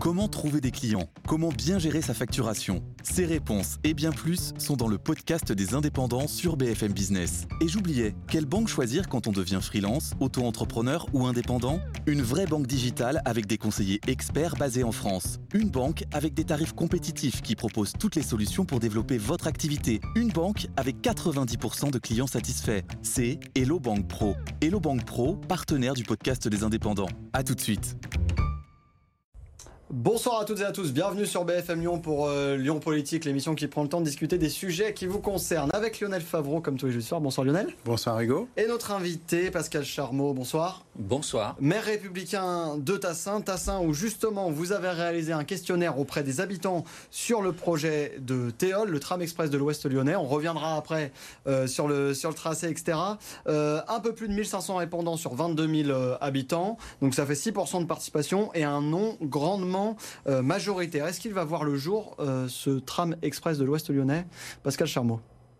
Comment trouver des clients? Comment bien gérer sa facturation? Ces réponses et bien plus sont dans le podcast des indépendants sur BFM Business. Et j'oubliais, quelle banque choisir quand on devient freelance, auto-entrepreneur ou indépendant? Une vraie banque digitale avec des conseillers experts basés en France. Une banque avec des tarifs compétitifs qui propose toutes les solutions pour développer votre activité. Une banque avec 90% de clients satisfaits. C'est Hello Bank Pro. Hello Bank Pro, partenaire du podcast des indépendants. À tout de suite. Bonsoir à toutes et à tous, bienvenue sur BFM Lyon pour Lyon Politique, l'émission qui prend le temps de discuter des sujets qui vous concernent. Avec Lionel Favreau, comme tous les jeudis soirs. Bonsoir Lionel. Bonsoir Hugo. Et notre invité, Pascal Charmeau, bonsoir. Bonsoir. Maire républicain de Tassin où justement vous avez réalisé un questionnaire auprès des habitants sur le projet de Théol, le tram express de l'Ouest lyonnais. On reviendra après sur le tracé, etc. Un peu plus de 1500 répondants sur 22 000 habitants, donc ça fait 6% de participation et un non grandement majoritaire. Est-ce qu'il va voir le jour, ce tram express de l'Ouest lyonnais? Pascal Charmeau.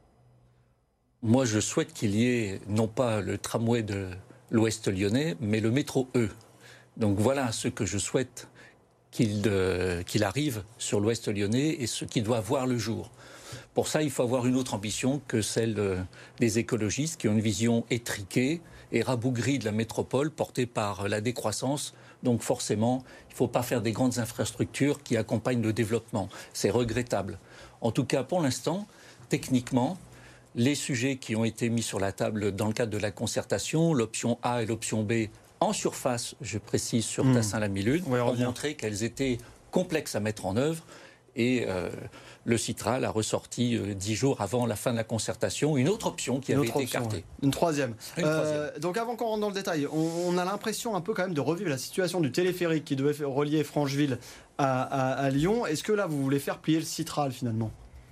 Moi, je souhaite qu'il y ait non pas le tramway de l'Ouest lyonnais, mais le métro E. Donc voilà ce que je souhaite qu'il arrive sur l'Ouest lyonnais et ce qui doit voir le jour. Pour ça, il faut avoir une autre ambition que celle des écologistes qui ont une vision étriquée et rabougrie de la métropole portée par la décroissance. Donc forcément, il ne faut pas faire des grandes infrastructures qui accompagnent le développement. C'est regrettable. En tout cas, pour l'instant, techniquement, les sujets qui ont été mis sur la table dans le cadre de la concertation, l'option A et l'option B, en surface, je précise, sur Tassin-la-Milune, ont montré qu'elles étaient complexes à mettre en œuvre. Et le Citral a ressorti 10 jours avant la fin de la concertation une autre option qui avait été écartée. Ouais. Une troisième. Donc avant qu'on rentre dans le détail, on a l'impression un peu quand même de revivre la situation du téléphérique qui devait relier Francheville à Lyon. Est-ce que là vous voulez faire plier le Citral finalement?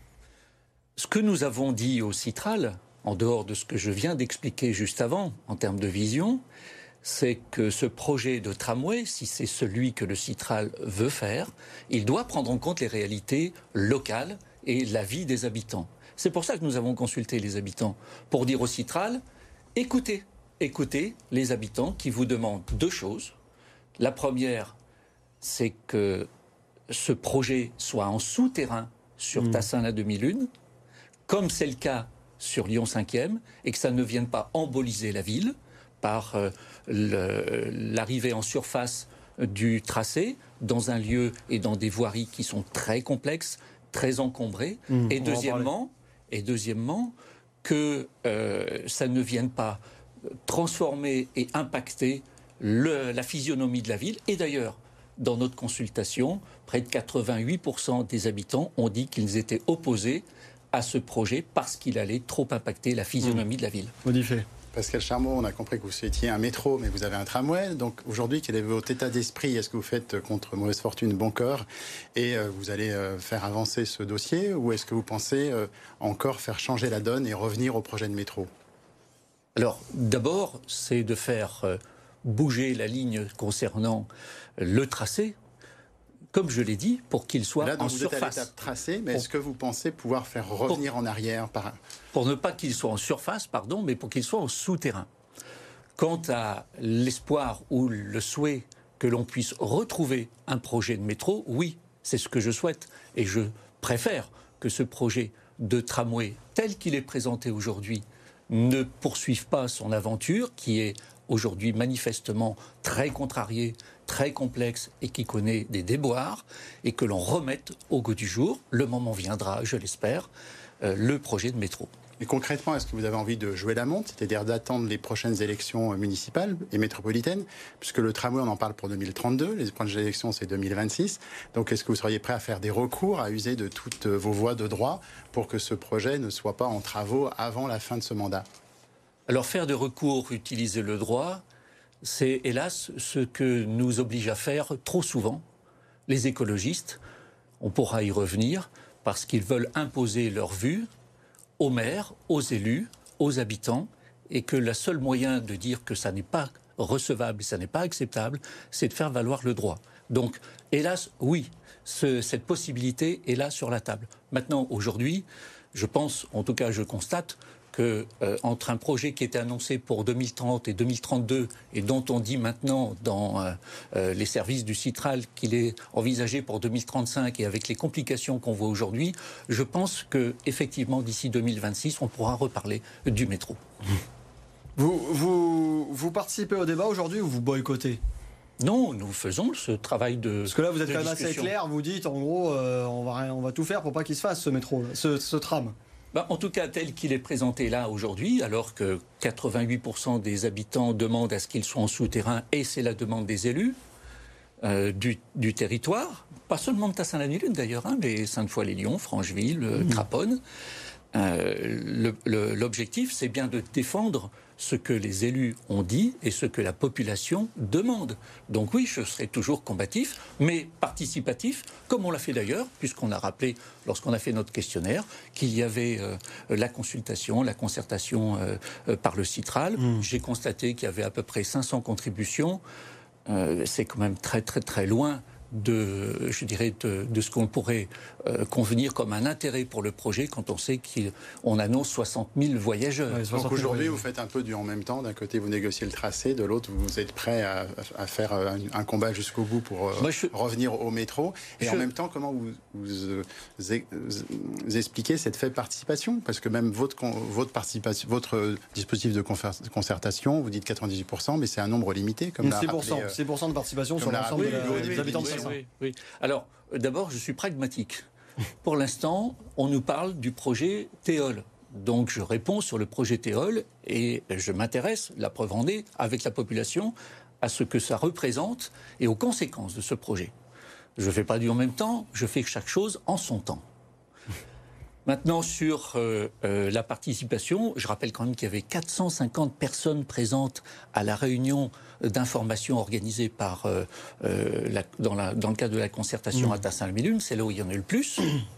Ce que nous avons dit au Citral, en dehors de ce que je viens d'expliquer juste avant, en termes de vision, c'est que ce projet de tramway, si c'est celui que le Citral veut faire, il doit prendre en compte les réalités locales et la vie des habitants. C'est pour ça que nous avons consulté les habitants, pour dire au Citral, écoutez les habitants qui vous demandent deux choses. La première, c'est que ce projet soit en souterrain sur Tassin-la-Demi-Lune, comme c'est le cas sur Lyon 5e, et que ça ne vienne pas emboliser la ville par l'arrivée en surface du tracé dans un lieu et dans des voiries qui sont très complexes, très encombrées. Et deuxièmement, que ça ne vienne pas transformer et impacter la physionomie de la ville. Et d'ailleurs, dans notre consultation, près de 88% des habitants ont dit qu'ils étaient opposés à ce projet parce qu'il allait trop impacter la physionomie de la ville. Modifié. Pascal Charmeau, on a compris que vous souhaitiez un métro, mais vous avez un tramway. Donc aujourd'hui, quel est votre état d'esprit? Est-ce que vous faites contre mauvaise fortune bon cœur et vous allez faire avancer ce dossier? Ou est-ce que vous pensez encore faire changer la donne et revenir au projet de métro? Alors d'abord, c'est de faire bouger la ligne concernant le tracé, comme je l'ai dit, pour qu'il soit là, donc en vous surface. Êtes à l'étape tracée, mais est-ce que vous pensez pouvoir faire revenir en arrière Pour ne pas qu'il soit en surface, mais pour qu'il soit en souterrain. Quant à l'espoir ou le souhait que l'on puisse retrouver un projet de métro, oui, c'est ce que je souhaite. Et je préfère que ce projet de tramway, tel qu'il est présenté aujourd'hui, ne poursuive pas son aventure, qui est aujourd'hui manifestement très contrarié, très complexe et qui connaît des déboires, et que l'on remette au goût du jour, le moment viendra, je l'espère, le projet de métro. Et concrètement, est-ce que vous avez envie de jouer la montre, c'est-à-dire d'attendre les prochaines élections municipales et métropolitaines, puisque le tramway, on en parle pour 2032, les prochaines élections, c'est 2026. Donc est-ce que vous seriez prêt à faire des recours, à user de toutes vos voies de droit pour que ce projet ne soit pas en travaux avant la fin de ce mandat? Alors faire des recours, utiliser le droit, c'est hélas ce que nous oblige à faire trop souvent les écologistes. On pourra y revenir parce qu'ils veulent imposer leur vue aux maires, aux élus, aux habitants, et que le seul moyen de dire que ça n'est pas recevable, ça n'est pas acceptable, c'est de faire valoir le droit. Donc, hélas, oui, cette possibilité est là sur la table. Maintenant, aujourd'hui, je pense, en tout cas je constate, que entre un projet qui était annoncé pour 2030 et 2032 et dont on dit maintenant dans les services du Citral qu'il est envisagé pour 2035 et avec les complications qu'on voit aujourd'hui, je pense qu'effectivement d'ici 2026 on pourra reparler du métro. Vous participez au débat aujourd'hui ou vous boycottez ? Non, nous faisons ce travail de Parce que là, vous êtes quand même discussion. assez clair. Vous dites, en gros, on va tout faire pour pas qu'il se fasse ce métro, ce tram. En tout cas, tel qu'il est présenté là aujourd'hui, alors que 88% des habitants demandent à ce qu'il soit en souterrain, et c'est la demande des élus du territoire, pas seulement de Tassin-la-Nuit-Lune d'ailleurs, mais Sainte-Foy-les-Lyons, Francheville, Craponne. L'objectif, c'est bien de défendre ce que les élus ont dit et ce que la population demande. Donc oui, je serai toujours combatif, mais participatif, comme on l'a fait d'ailleurs, puisqu'on a rappelé, lorsqu'on a fait notre questionnaire, qu'il y avait la consultation, la concertation par le Citral. J'ai constaté qu'il y avait à peu près 500 contributions. C'est quand même très très très loin de ce qu'on pourrait convenir comme un intérêt pour le projet quand on sait qu'on annonce 60 000 voyageurs. Ouais, Donc aujourd'hui, vous faites un peu du en même temps. D'un côté, vous négociez le tracé, de l'autre, vous êtes prêt à faire un combat jusqu'au bout pour revenir au métro. Et en même temps, comment vous expliquez cette faible participation ? Parce que même votre dispositif de concertation, vous dites 98%, mais c'est un nombre limité. Comme 6% de participation sur l'ensemble des habitants de Tassin. Oui. Alors, d'abord, je suis pragmatique. Pour l'instant, on nous parle du projet Théol. Donc, je réponds sur le projet Théol et je m'intéresse, la preuve en est, avec la population, à ce que ça représente et aux conséquences de ce projet. Je ne fais pas du en même temps, je fais chaque chose en son temps. Maintenant, sur la participation, je rappelle quand même qu'il y avait 450 personnes présentes à la réunion d'information organisée par, dans le cadre de la concertation à Tassin-la-Nuit-Lune, c'est là où il y en a eu le plus.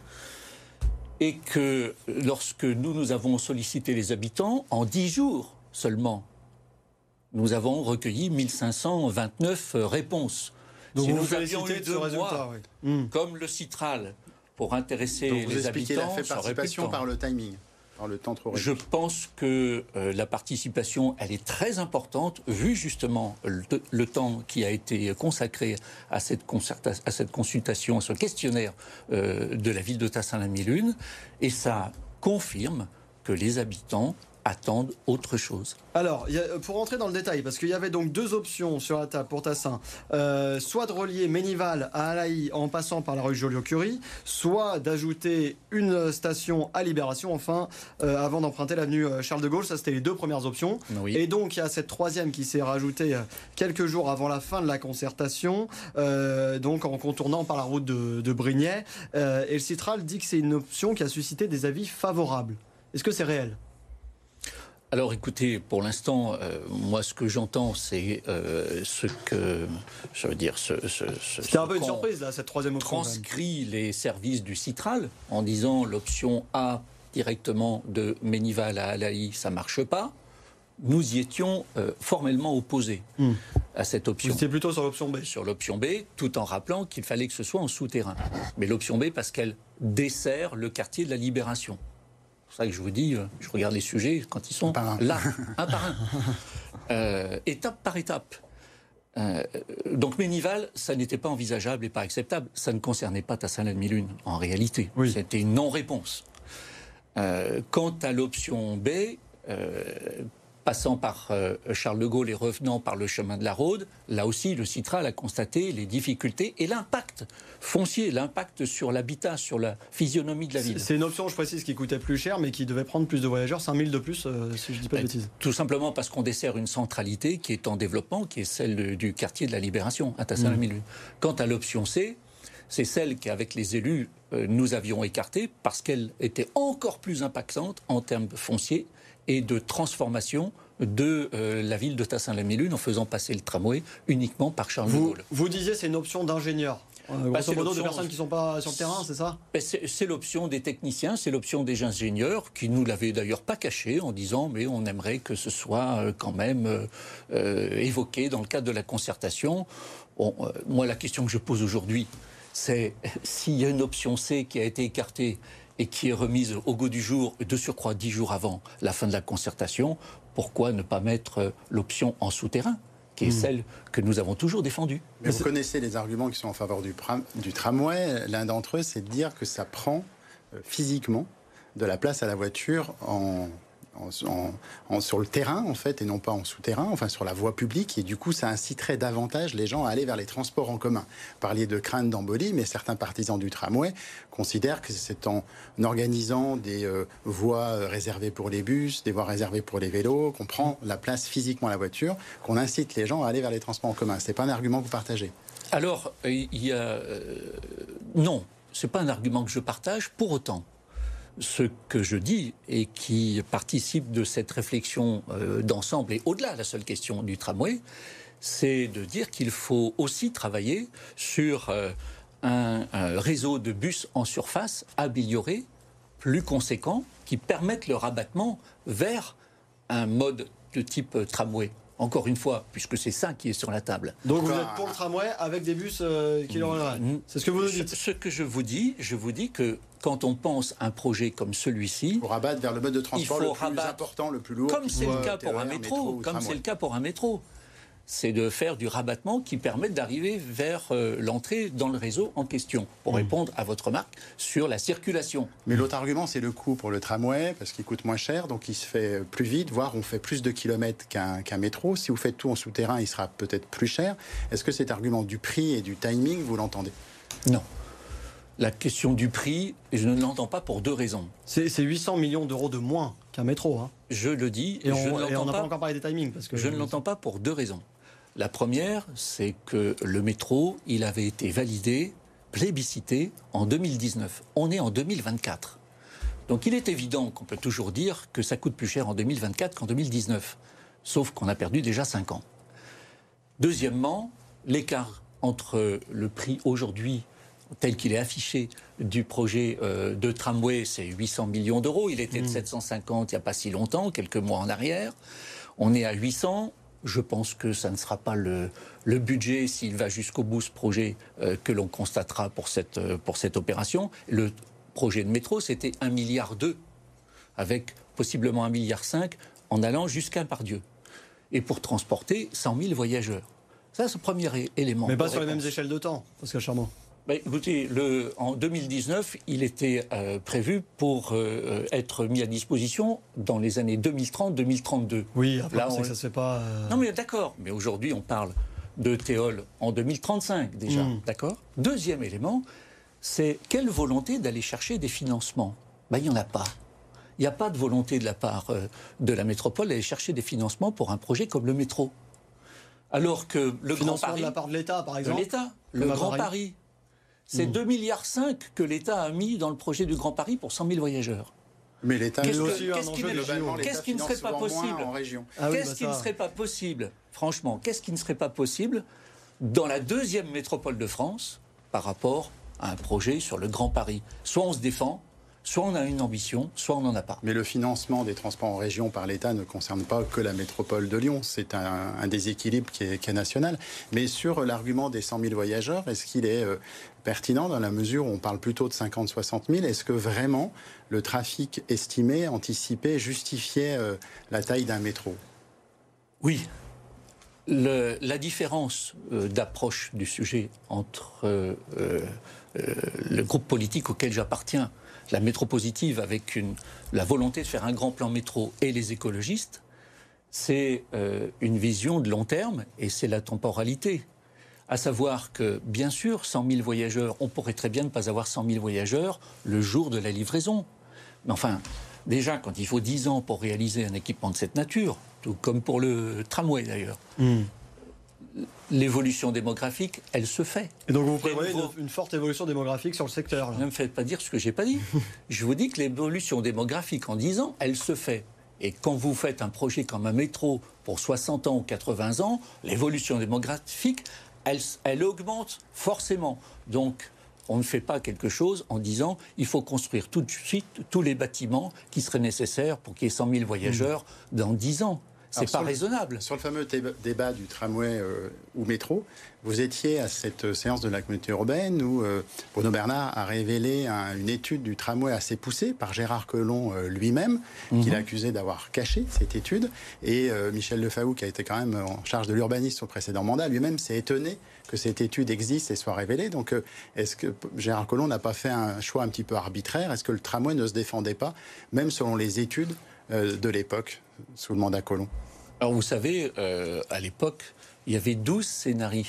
Et que lorsque nous avons sollicité les habitants, en 10 jours seulement, nous avons recueilli 1529 réponses. Donc si vous nous avions eu 2 mois, comme le Citral, pour intéresser donc les habitants, la faible participation par le timing, par le temps trop réduit. Je pense que la participation, elle est très importante, vu justement le temps qui a été consacré à cette consultation, à ce questionnaire de la ville de Tassin-la-Nuit-Lune, et ça confirme que les habitants attendent autre chose. Alors, pour rentrer dans le détail, parce qu'il y avait donc 2 options sur la table pour Tassin, soit de relier Ménival à Alaï en passant par la rue Joliot-Curie, soit d'ajouter une station à Libération, enfin, avant d'emprunter l'avenue Charles de Gaulle. Ça, c'était les 2 premières options. Oui. Et donc, il y a cette 3e qui s'est rajoutée quelques jours avant la fin de la concertation, donc en contournant par la route de Brignais. Et le Citral dit que c'est une option qui a suscité des avis favorables. Est-ce que c'est réel ? Alors écoutez, pour l'instant, moi ce que j'entends, c'est ce que, je veux dire, c'était un peu une surprise là, cette 3e option. Transcrit les services du Citral en disant l'option A directement de Ménival à Alaï, ça marche pas. Nous y étions formellement opposés à cette option. C'était plutôt sur l'option B. Sur l'option B, tout en rappelant qu'il fallait que ce soit en souterrain. Mais l'option B parce qu'elle dessert le quartier de la Libération. C'est pour ça que je vous dis, je regarde les sujets quand ils sont là, un par un, étape par étape. Donc Ménival, ça n'était pas envisageable et pas acceptable. Ça ne concernait pas Tassin-la-Nuit-Lune, en réalité. Oui. C'était une non-réponse. Quant à l'option B, passant par Charles de Gaulle et revenant par le chemin de la Rhôde, là aussi, le Citral a constaté les difficultés et l'impact foncier, l'impact sur l'habitat, sur la physionomie de la ville. C'est une option, je précise, qui coûtait plus cher, mais qui devait prendre plus de voyageurs, 5000 de plus, si je ne dis pas de bêtises. Tout simplement parce qu'on dessert une centralité qui est en développement, qui est celle du quartier de la Libération, à Tassin-la-Nuit-Lune. Quant à l'option C, c'est celle qu'avec les élus, nous avions écartée parce qu'elle était encore plus impactante en termes fonciers et de transformation de la ville de Tassin-la-Nuit-Lune en faisant passer le tramway uniquement par Charles de Gaulle. Vous disiez c'est une option d'ingénieur. Grosso modo de personnes qui ne sont pas sur le terrain, c'est ça ? C'est l'option des techniciens, c'est l'option des ingénieurs qui nous l'avaient d'ailleurs pas caché en disant mais on aimerait que ce soit quand même évoqué dans le cadre de la concertation. Moi la question que je pose aujourd'hui, c'est s'il y a une option C qui a été écartée et qui est remise au goût du jour, de surcroît 10 jours avant la fin de la concertation, pourquoi ne pas mettre l'option en souterrain, qui est celle que nous avons toujours défendue. Mais vous connaissez les arguments qui sont en faveur du tramway. L'un d'entre eux, c'est de dire que ça prend physiquement de la place à la voiture sur le terrain, en fait, et non pas en souterrain, enfin sur la voie publique, et du coup ça inciterait davantage les gens à aller vers les transports en commun. Vous parliez de crainte d'embolie, mais certains partisans du tramway considèrent que c'est en organisant des voies réservées pour les bus, des voies réservées pour les vélos, qu'on prend la place physiquement à la voiture, qu'on incite les gens à aller vers les transports en commun. C'est pas un argument que vous partagez? Alors, non, c'est pas un argument que je partage, pour autant. Ce que je dis et qui participe de cette réflexion d'ensemble et au-delà de la seule question du tramway, c'est de dire qu'il faut aussi travailler sur un réseau de bus en surface amélioré, plus conséquent, qui permette le rabattement vers un mode de type tramway. Encore une fois, puisque c'est ça qui est sur la table. Donc vous êtes pour le tramway avec des bus qui le relèvent. C'est ce que vous nous dites. Ce que je vous dis que quand on pense un projet comme celui-ci, il faut rabattre vers le mode de transport le plus important, le plus lourd. Comme c'est le cas pour un métro, comme c'est le cas pour un métro. C'est de faire du rabattement qui permette d'arriver vers l'entrée dans le réseau en question, pour répondre à votre remarque sur la circulation. Mais l'autre argument, c'est le coût pour le tramway, parce qu'il coûte moins cher, donc il se fait plus vite, voire on fait plus de kilomètres qu'un métro. Si vous faites tout en souterrain, il sera peut-être plus cher. Est-ce que cet argument du prix et du timing, vous l'entendez? Non. La question du prix, je ne l'entends pas pour deux raisons. C'est 800 millions d'euros de moins qu'un métro. Hein. Je le dis, et on n'a pas encore parlé des timings. Parce que je ne l'entends pas pour deux raisons. La première, c'est que le métro, il avait été validé, plébiscité en 2019. On est en 2024. Donc il est évident qu'on peut toujours dire que ça coûte plus cher en 2024 qu'en 2019. Sauf qu'on a perdu déjà 5 ans. Deuxièmement, l'écart entre le prix aujourd'hui, tel qu'il est affiché, du projet de tramway, c'est 800 millions d'euros. Il était de 750 il n'y a pas si longtemps, quelques mois en arrière. On est à 800. Je pense que ça ne sera pas le budget, s'il va jusqu'au bout ce projet, que l'on constatera pour cette opération. Le projet de métro, c'était 1,2 milliard, avec possiblement 1,5 milliard en allant jusqu'à Pardieu. Et pour transporter 100 000 voyageurs. Ça, c'est le premier élément. Mais pas sur les mêmes échelles de temps, Pascal Charmand. Ben, écoutez, en 2019, il était prévu pour être mis à disposition dans les années 2030-2032. Oui, après, là, on sait que ça se fait pas... Non, mais d'accord. Mais aujourd'hui, on parle de Théol en 2035, déjà. D'accord. Deuxième élément, c'est quelle volonté d'aller chercher des financements? Ben, il n'y en a pas. Il n'y a pas de volonté de la part de la métropole d'aller chercher des financements pour un projet comme le métro. Alors que le Grand Paris... de la part de l'État, par exemple. De l'État. Le Grand Paris. C'est 2,5 milliards que l'État a mis dans le projet du Grand Paris pour 100 000 voyageurs. Mais l'État qu'est-ce qui ne serait pas possible en région. Qu'est-ce qui ne serait pas possible, franchement, qu'est-ce qui ne serait pas possible dans la deuxième métropole de France par rapport à un projet sur le Grand Paris? Soit on se défend, soit on a une ambition, soit on n'en a pas. Mais le financement des transports en région par l'État ne concerne pas que la métropole de Lyon. C'est un déséquilibre qui est national. Mais sur l'argument des 100 000 voyageurs, est-ce qu'il est pertinent dans la mesure où on parle plutôt de 50-60 000? Est-ce que vraiment le trafic estimé, anticipé, justifiait la taille d'un métro? Oui. La différence d'approche du sujet entre le groupe politique auquel j'appartiens, la métropositive avec la volonté de faire un grand plan métro, et les écologistes, c'est une vision de long terme et c'est la temporalité. À savoir que, bien sûr, 100 000 voyageurs, on pourrait très bien ne pas avoir 100 000 voyageurs le jour de la livraison. Mais enfin, déjà, quand il faut 10 ans pour réaliser un équipement de cette nature, tout comme pour le tramway d'ailleurs, l'évolution démographique, elle se fait. Et donc vous prévoyez une forte évolution démographique sur le secteur là. Ne me faites pas dire ce que je n'ai pas dit. Je vous dis que l'évolution démographique en 10 ans, elle se fait. Et quand vous faites un projet comme un métro pour 60 ans ou 80 ans, l'évolution démographique, elle augmente forcément. Donc, on ne fait pas quelque chose en disant il faut construire tout de suite tous les bâtiments qui seraient nécessaires pour qu'il y ait 100 000 voyageurs dans 10 ans. C'est pas raisonnable. Sur le fameux débat du tramway ou métro, vous étiez à cette séance de la communauté urbaine où Bruno Bernard a révélé une étude du tramway assez poussée par Gérard Collomb lui-même, qu'il a accusé d'avoir caché cette étude. Et Michel Lefavou, qui a été quand même en charge de l'urbanisme au précédent mandat, lui-même s'est étonné que cette étude existe et soit révélée. Donc, est-ce que Gérard Collomb n'a pas fait un choix un petit peu arbitraire? Est-ce que le tramway ne se défendait pas, même selon les études de l'époque, sous le mandat Collomb? Alors, vous savez, à l'époque, il y avait 12 scénarios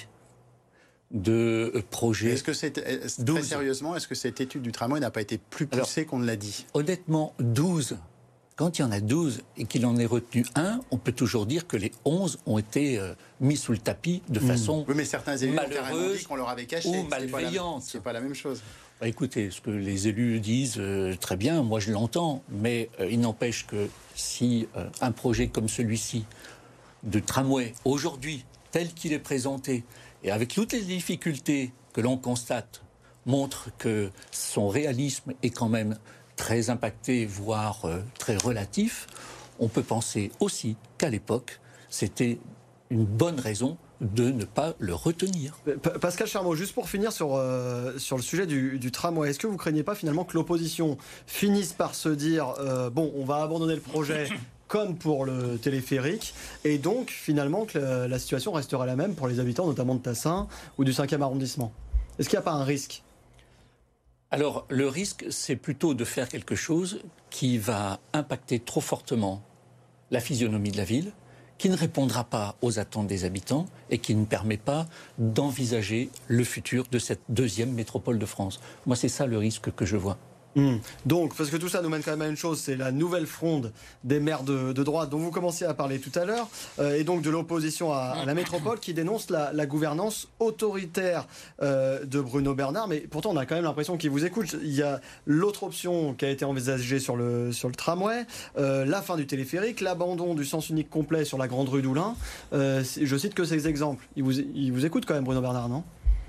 de projets. Est-ce que très sérieusement, est-ce que cette étude du tramway n'a pas été plus poussée qu'on ne l'a dit? Honnêtement, 12. Quand il y en a 12 et qu'il en est retenu un, on peut toujours dire que les 11 ont été mis sous le tapis de façon oui, mais certains élus ont carrément dit qu'on leur avait caché. ou malveillante. C'est pas la même chose. Bah, écoutez, ce que les élus disent, très bien, moi je l'entends, mais il n'empêche que si un projet comme celui-ci de tramway, aujourd'hui, tel qu'il est présenté, et avec toutes les difficultés que l'on constate, montre que son réalisme est quand même très impacté, voire très relatif, on peut penser aussi qu'à l'époque, c'était une bonne raison de ne pas le retenir. Pascal Charmeau, juste pour finir sur le sujet du tramway, est-ce que vous ne craignez pas finalement que l'opposition finisse par se dire bon, on va abandonner le projet comme pour le téléphérique, et donc finalement que la situation restera la même pour les habitants notamment de Tassin ou du 5e arrondissement? Est-ce qu'il n'y a pas un risque? Alors, le risque, c'est plutôt de faire quelque chose qui va impacter trop fortement la physionomie de la ville, qui ne répondra pas aux attentes des habitants et qui ne permet pas d'envisager le futur de cette deuxième métropole de France. Moi, c'est ça le risque que je vois. Donc, parce que tout ça nous mène quand même à une chose, c'est la nouvelle fronde des maires de droite dont vous commenciez à parler tout à l'heure, et donc de l'opposition à la métropole qui dénonce la gouvernance autoritaire de Bruno Bernard. Mais pourtant, on a quand même l'impression qu'il vous écoute. Il y a l'autre option qui a été envisagée sur le tramway, la fin du téléphérique, l'abandon du sens unique complet sur la grande rue d'Oulin. Je cite que ces exemples. Il vous écoute quand même, Bruno Bernard, non?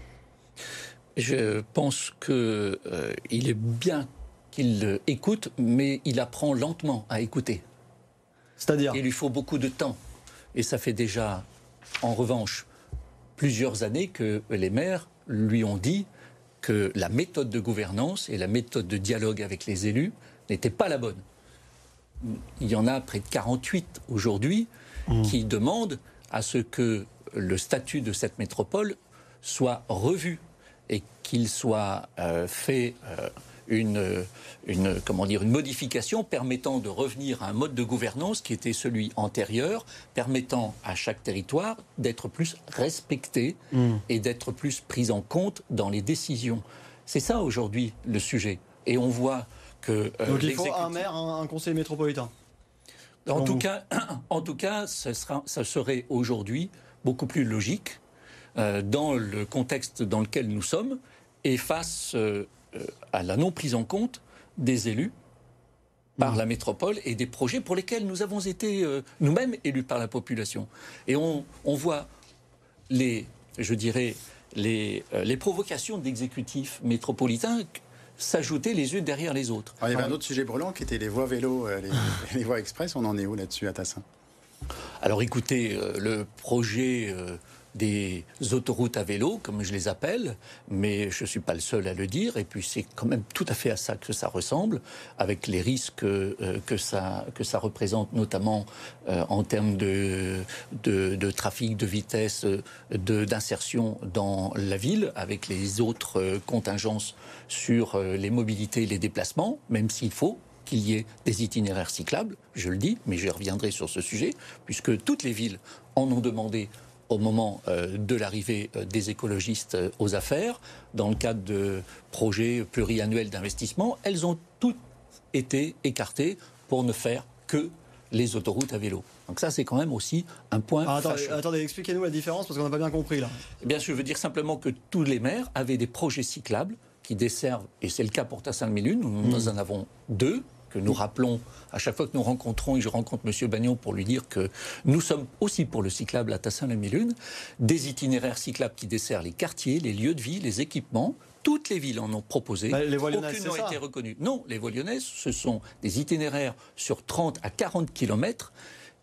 Je pense qu'il est bien qu'il écoute, mais il apprend lentement à écouter. C'est-à-dire? Il lui faut beaucoup de temps. Et ça fait déjà, en revanche, plusieurs années que les maires lui ont dit que la méthode de gouvernance et la méthode de dialogue avec les élus n'étaient pas la bonne. Il y en a près de 48 aujourd'hui qui demandent à ce que le statut de cette métropole soit revu et qu'il soit fait une modification permettant de revenir à un mode de gouvernance qui était celui antérieur, permettant à chaque territoire d'être plus respecté et d'être plus pris en compte dans les décisions. C'est ça aujourd'hui le sujet. Et on voit que donc il faut un maire, un conseil métropolitain. En tout cas, ça serait aujourd'hui beaucoup plus logique dans le contexte dans lequel nous sommes et face à la non prise en compte des élus par la métropole et des projets pour lesquels nous avons été nous-mêmes élus par la population. Et on voit les provocations d'exécutifs métropolitains s'ajouter les unes derrière les autres. Alors, il y avait un autre sujet brûlant qui était les voies vélo, les voies express. On en est où là-dessus à Tassin? Alors écoutez, le projet des autoroutes à vélo, comme je les appelle, mais je ne suis pas le seul à le dire, et puis c'est quand même tout à fait à ça que ça ressemble, avec les risques que ça représente, notamment en termes de trafic, de vitesse, d'insertion dans la ville, avec les autres contingences sur les mobilités et les déplacements, même s'il faut qu'il y ait des itinéraires cyclables, je le dis, mais je reviendrai sur ce sujet, puisque toutes les villes en ont demandé au moment de l'arrivée des écologistes aux affaires, dans le cadre de projets pluriannuels d'investissement, elles ont toutes été écartées pour ne faire que les autoroutes à vélo. Donc ça, c'est quand même aussi un point fâcheux. Attendez, expliquez-nous la différence, parce qu'on n'a pas bien compris, là. Eh bien, je veux dire simplement que tous les maires avaient des projets cyclables qui desservent, et c'est le cas pour Tassin-le-Mille-Lune, nous en avons 2, que nous rappelons à chaque fois que nous rencontrons, et je rencontre M. Bagnon pour lui dire que nous sommes aussi pour le cyclable à Tassin-la-Mille-Lune, des itinéraires cyclables qui desservent les quartiers, les lieux de vie, les équipements. Toutes les villes en ont proposé, les voies lyonnaises, aucune n'a été reconnue. Non, les voies lyonnaises, ce sont des itinéraires sur 30 à 40 km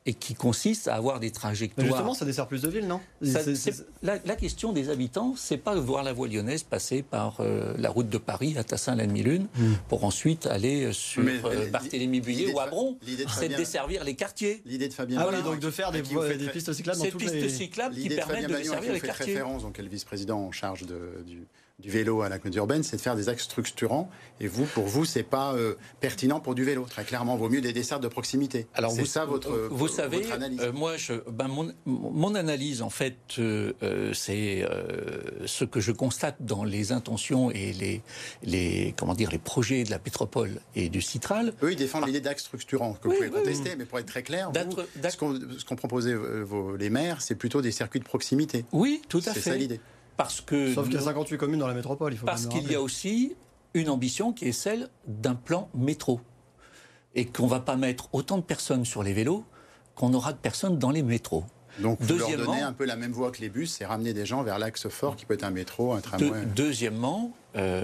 et qui consiste à avoir des trajectoires. Mais justement, ça dessert plus de villes, non ? La question des habitants, c'est pas de voir la voie lyonnaise passer par la route de Paris à Tassin-l'Anne-Milune pour ensuite aller sur Barthélemy-Buyer ou à Bron. C'est de desservir les quartiers. L'idée de Fabien Bagnon, donc de faire des pistes cyclables dans toutes les... pistes cyclables qui permettent de desservir les quartiers. Référence, donc, le vice-président en charge du vélo à la communauté urbaine, c'est de faire des axes structurants. Et pour vous, c'est pas pertinent pour du vélo. Très clairement, vaut mieux des dessertes de proximité. Alors c'est ça votre analyse. Moi, mon analyse, en fait, c'est ce que je constate dans les intentions et les projets de la métropole et du Citral. Eux, ils défendent l'idée d'axe structurant, que vous pouvez contester, mais pour être très clair, ce qu'ont proposé les maires, c'est plutôt des circuits de proximité. Oui, tout à fait. C'est ça l'idée. Sauf qu'il y a 58 communes dans la métropole, il faut parce qu'il y a aussi une ambition qui est celle d'un plan métro. Et qu'on ne va pas mettre autant de personnes sur les vélos qu'on aura de personnes dans les métros. Donc vous leur donnez un peu la même voie que les bus, c'est ramener des gens vers l'axe fort qui peut être un métro, un tramway. Deuxièmement,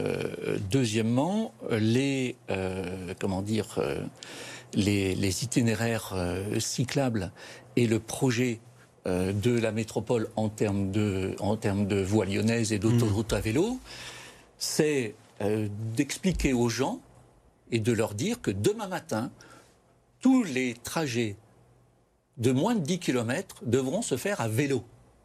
les itinéraires cyclables et le projet de la métropole en termes de voies lyonnaises et d'autoroutes à vélo, c'est d'expliquer aux gens et de leur dire que demain matin, tous les trajets de moins de 10 km devront se faire à vélo.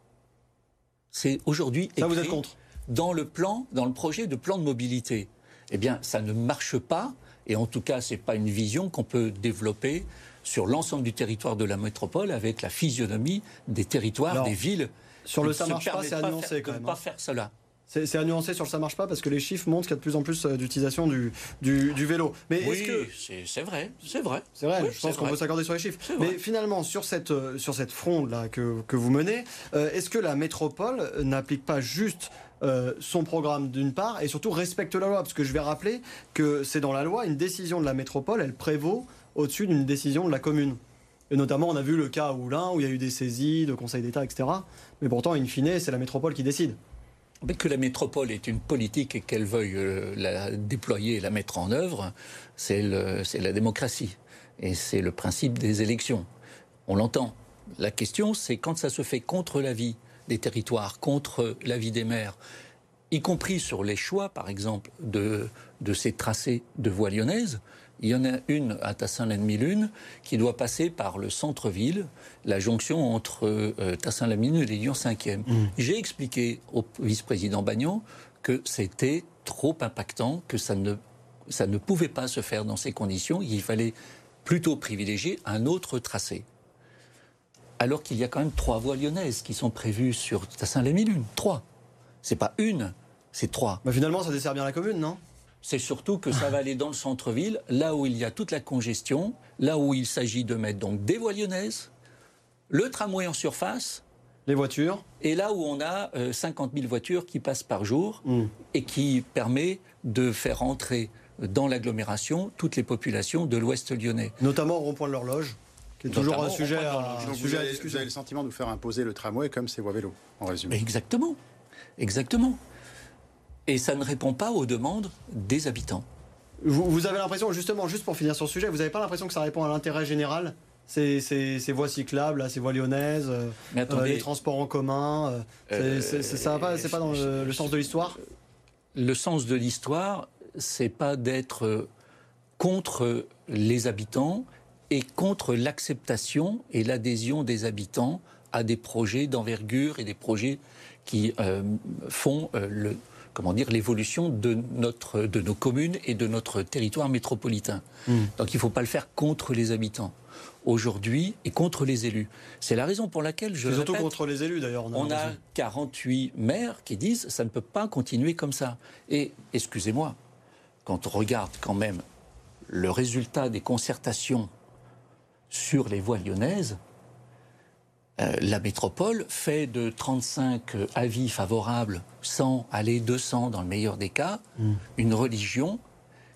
C'est aujourd'hui écrit vous êtes contre. dans le projet de plan de mobilité. Eh bien, ça ne marche pas, et en tout cas, ce n'est pas une vision qu'on peut développer sur l'ensemble du territoire de la métropole avec la physionomie des territoires, des villes. Sur le ça marche pas, c'est à nuancer quand même. Ne pas faire cela. C'est à nuancer sur le ça marche pas parce que les chiffres montrent qu'il y a de plus en plus d'utilisation du vélo. Mais oui, c'est vrai. C'est vrai, oui, je pense qu'on peut s'accorder sur les chiffres. Mais finalement, sur cette fronde-là que vous menez, est-ce que la métropole n'applique pas juste son programme d'une part et surtout respecte la loi ? Parce que je vais rappeler que c'est dans la loi, une décision de la métropole, elle prévaut au-dessus d'une décision de la commune. Et notamment, on a vu le cas à Oulin où il y a eu des saisies de Conseil d'État, etc. Mais pourtant, in fine, c'est la métropole qui décide. Mais que la métropole est une politique et qu'elle veuille la déployer et la mettre en œuvre, c'est la démocratie. Et c'est le principe des élections. On l'entend. La question, c'est quand ça se fait contre l'avis des territoires, contre l'avis des maires, y compris sur les choix, par exemple, de ces tracés de voies lyonnaises. Il y en a une à Tassin-l'Anne-Milune qui doit passer par le centre-ville, la jonction entre Tassin-l'Anne-Milune et les Lyon 5e. J'ai expliqué au vice-président Bagnon que c'était trop impactant, que ça ne pouvait pas se faire dans ces conditions. Il fallait plutôt privilégier un autre tracé. Alors qu'il y a quand même 3 voies lyonnaises qui sont prévues sur Tassin-l'Anne-Milune. 3. C'est pas une, c'est 3. Bah finalement, ça dessert bien la commune, non ? C'est surtout que ça va aller dans le centre-ville, là où il y a toute la congestion, là où il s'agit de mettre donc des voies lyonnaises, le tramway en surface. Les voitures. Et là où on a 50 000 voitures qui passent par jour et qui permet de faire entrer dans l'agglomération toutes les populations de l'Ouest lyonnais. Notamment au rond-point de l'horloge, qui est toujours un sujet à discussion. Vous avez le sentiment de vous faire imposer le tramway comme ces voies vélo, en résumé. Exactement. Et ça ne répond pas aux demandes des habitants. Vous avez l'impression, justement, juste pour finir sur le sujet, vous n'avez pas l'impression que ça répond à l'intérêt général, ces voies cyclables, là, ces voies lyonnaises, les transports en commun, c'est pas dans le sens de l'histoire ? Le sens de l'histoire, c'est pas d'être contre les habitants et contre l'acceptation et l'adhésion des habitants à des projets d'envergure et des projets qui font l'évolution de nos communes et de notre territoire métropolitain. Donc il ne faut pas le faire contre les habitants aujourd'hui et contre les élus. C'est la raison pour laquelle je répète, surtout contre les élus d'ailleurs. On a 48 maires qui disent ça ne peut pas continuer comme ça. Et excusez-moi, quand on regarde quand même le résultat des concertations sur les voies lyonnaises, la métropole fait de 35 avis favorables, 100, allez, 200 dans le meilleur des cas, une religion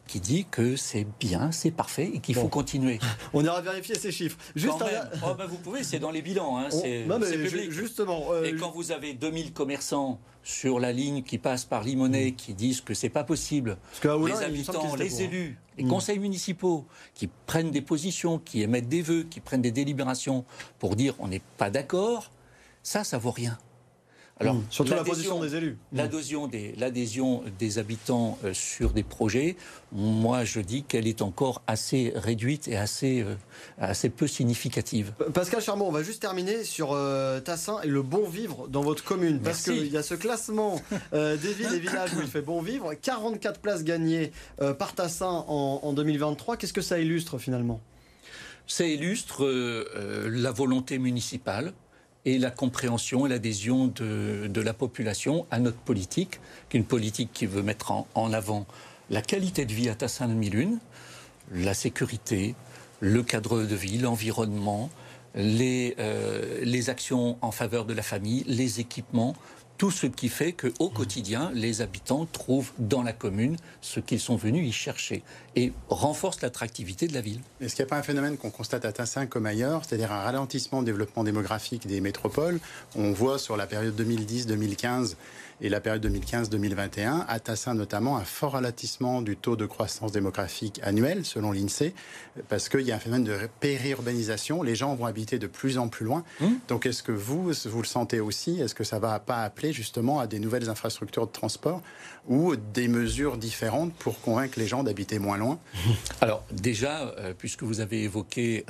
qui dit que c'est bien, c'est parfait et qu'il faut continuer. On ira vérifier ces chiffres. Juste vous pouvez, c'est dans les bilans, c'est public. Justement. Et quand vous avez 2000 commerçants sur la ligne qui passent par Limonest qui disent que c'est pas possible, les habitants, les élus, les conseils municipaux qui prennent des positions, qui émettent des vœux, qui prennent des délibérations pour dire on n'est pas d'accord, ça vaut rien. Alors, surtout la position des élus. L'adhésion des habitants sur des projets, moi je dis qu'elle est encore assez réduite et assez peu significative. Pascal Charmot, on va juste terminer sur Tassin et le bon vivre dans votre commune. Parce qu'il y a ce classement des villes et villages où il fait bon vivre. 44 places gagnées par Tassin en 2023. Qu'est-ce que ça illustre finalement ? Ça illustre la volonté municipale et la compréhension et l'adhésion de la population à notre politique, qui est une politique qui veut mettre en avant la qualité de vie à Tassin 2001, la sécurité, le cadre de vie, l'environnement, les actions en faveur de la famille, les équipements, tout ce qui fait qu'au quotidien, les habitants trouvent dans la commune ce qu'ils sont venus y chercher et renforce l'attractivité de la ville. Est-ce qu'il n'y a pas un phénomène qu'on constate à Tassin comme ailleurs, c'est-à-dire un ralentissement du développement démographique des métropoles ? On voit sur la période 2010-2015 et la période 2015-2021, à Tassin notamment, un fort ralentissement du taux de croissance démographique annuel, selon l'INSEE, parce qu'il y a un phénomène de périurbanisation. Les gens vont habiter de plus en plus loin. Donc est-ce que vous le sentez aussi ? Est-ce que ça ne va pas appeler justement à des nouvelles infrastructures de transport ou des mesures différentes pour convaincre les gens d'habiter moins loin ? Alors déjà, puisque vous avez évoqué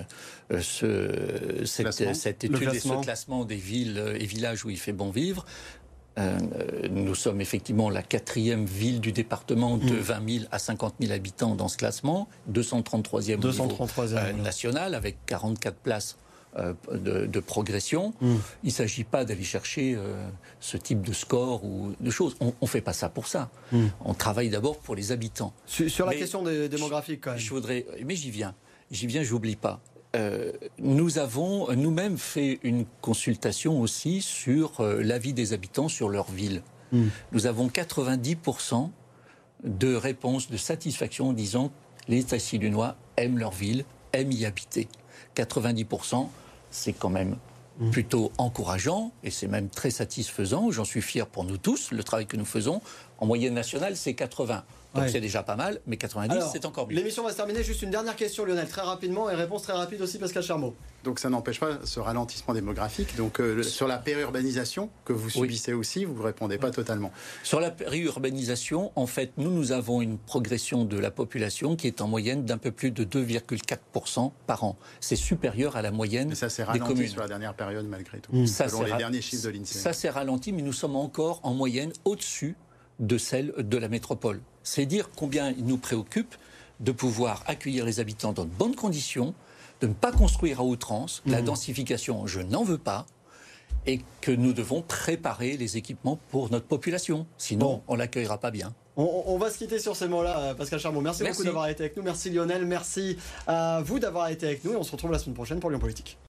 cette étude et ce classement des villes et villages où il fait bon vivre, nous sommes effectivement la 4e ville du département de 20 000 à 50 000 habitants dans ce classement, 233e au niveau national avec 44 places de progression. Il ne s'agit pas d'aller chercher ce type de score ou de choses. On ne fait pas ça pour ça. On travaille d'abord pour les habitants. Sur la question démographique quand même. Mais j'y viens, j'oublie pas. Nous avons nous-mêmes fait une consultation aussi sur l'avis des habitants sur leur ville. Nous avons 90% de réponses de satisfaction en disant que les Tassillunois aiment leur ville, aiment y habiter. 90%, c'est quand même plutôt encourageant et c'est même très satisfaisant. J'en suis fier pour nous tous, le travail que nous faisons. En moyenne nationale, c'est 80. Donc c'est déjà pas mal, mais 90, c'est encore mieux. L'émission va se terminer. Juste une dernière question, Lionel, très rapidement, et réponse très rapide aussi, Pascal Charmot. Donc ça n'empêche pas ce ralentissement démographique. Donc sur la périurbanisation que vous subissez aussi, vous ne répondez pas totalement. Sur la périurbanisation, en fait, nous avons une progression de la population qui est en moyenne d'un peu plus de 2,4% par an. C'est supérieur à la moyenne des communes. Mais ça s'est ralenti sur la dernière période malgré tout, selon les derniers chiffres de l'INSEE. Ça s'est ralenti, mais nous sommes encore en moyenne au-dessus de celle de la métropole. C'est dire combien il nous préoccupe de pouvoir accueillir les habitants dans de bonnes conditions, de ne pas construire à outrance. La densification, je n'en veux pas, et que nous devons préparer les équipements pour notre population. Sinon, on ne l'accueillera pas bien. On va se quitter sur ces mots-là, Pascal Charmot. Merci beaucoup d'avoir été avec nous. Merci Lionel, merci à vous d'avoir été avec nous. Et on se retrouve la semaine prochaine pour Lyon Politique.